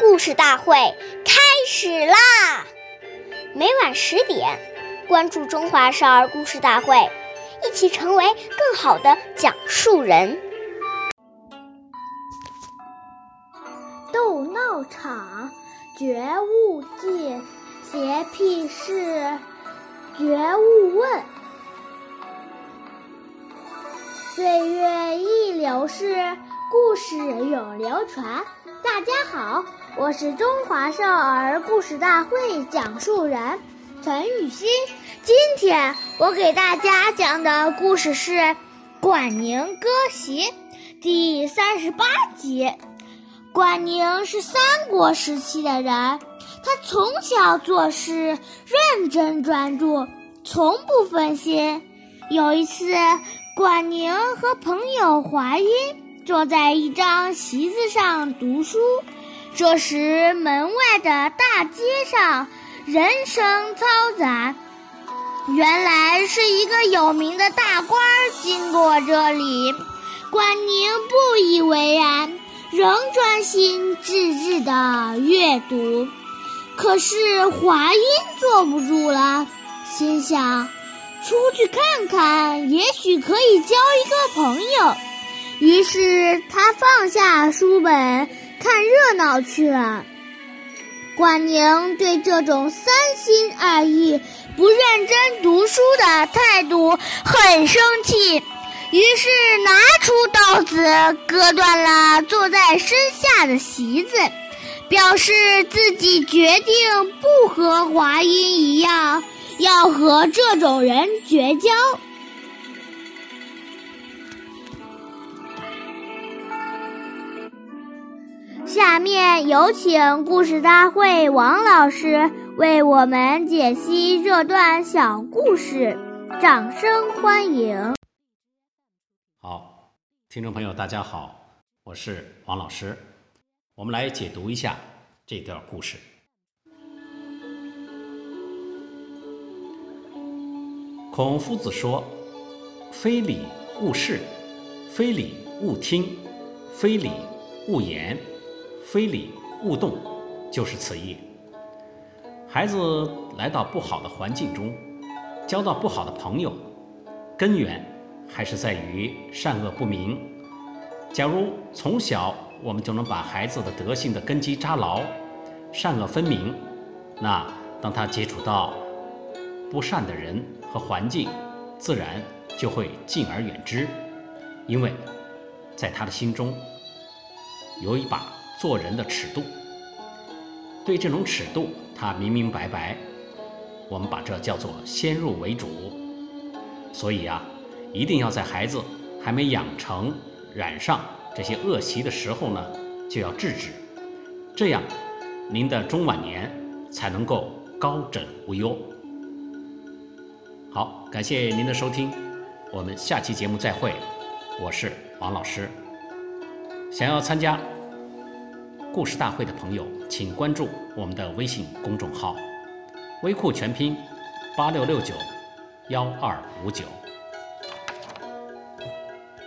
故事大会开始啦！每晚10点，关注中华少儿故事大会，一起成为更好的讲述人。 斗闹场，觉悟记，邪僻事，觉悟问。岁月易流逝，故事永流传。大家好，我是中华少儿故事大会讲述人陈雨欣。今天我给大家讲的故事是《管宁割席》第38集。管宁是三国时期的人，他从小做事认真专注，从不分心。有一次，管宁和朋友华阴坐在一张席子上读书，这时门外的大街上人声嘈杂，原来是一个有名的大官经过这里。管宁不以为然，仍专心致志地阅读。可是华阴坐不住了，心想出去看看，也许可以交一个朋友。于是他放下书本，看热闹去了。管宁对这种三心二意、不认真读书的态度很生气，于是拿出刀子割断了坐在身下的席子，表示自己决定不和华阴一样，要和这种人绝交。下面有请故事大会王老师为我们解析这段小故事，掌声欢迎。 好，听众朋友大家好，我是王老师，我们来解读一下这段故事。孔夫子说：非礼勿视，非礼勿听，非礼勿言，非礼勿动，就是此意。孩子来到不好的环境中，交到不好的朋友，根源还是在于善恶不明。假如从小我们就能把孩子的德性的根基扎牢，善恶分明，那当他接触到不善的人和环境，自然就会敬而远之。因为在他的心中有一把做人的尺度，对这种尺度他明明白白，我们把这叫做先入为主。所以一定要在孩子还没养成染上这些恶习的时候呢，就要制止，这样您的中晚年才能够高枕无忧。好，感谢您的收听，我们下期节目再会，我是王老师。想要参加故事大会的朋友，请关注我们的微信公众号微库全拼86691259。